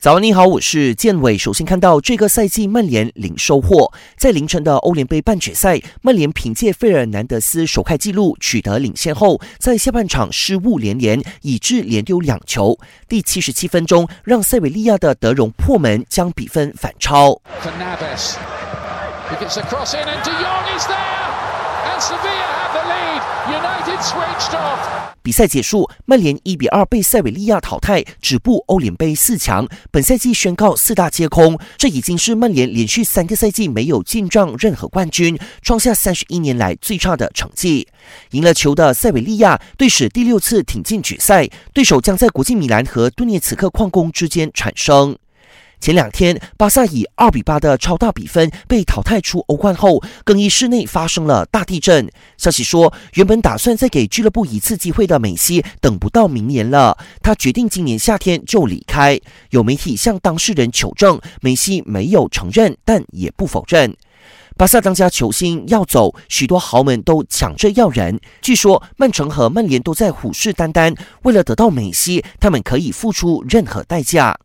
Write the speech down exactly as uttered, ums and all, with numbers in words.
早安，你好，我是建伟。首先看到这个赛季曼联零收获，在凌晨的欧联杯半决赛，曼联凭借费尔南德斯首开纪录取得领先后，在下半场失误连连，以致连丢两球。第七十七分钟，让塞维利亚的德容破门，将比分反超。比赛结束，曼联一比二被塞维利亚淘汰，止步欧联杯四强。本赛季宣告四大皆空，这已经是曼联连续三个赛季没有进账任何冠军，创下三十一年来最差的成绩。赢了球的塞维利亚队史第六次挺进决赛，对手将在国际米兰和顿涅茨克矿工之间产生。前两天，巴萨以二比八的超大比分被淘汰出欧冠后，更衣室内发生了大地震。消息说，原本打算再给俱乐部一次机会的梅西，等不到明年了，他决定今年夏天就离开。有媒体向当事人求证，梅西没有承认，但也不否认。巴萨当家球星要走，许多豪门都抢着要人。据说曼城和曼联都在虎视眈眈，为了得到梅西，他们可以付出任何代价。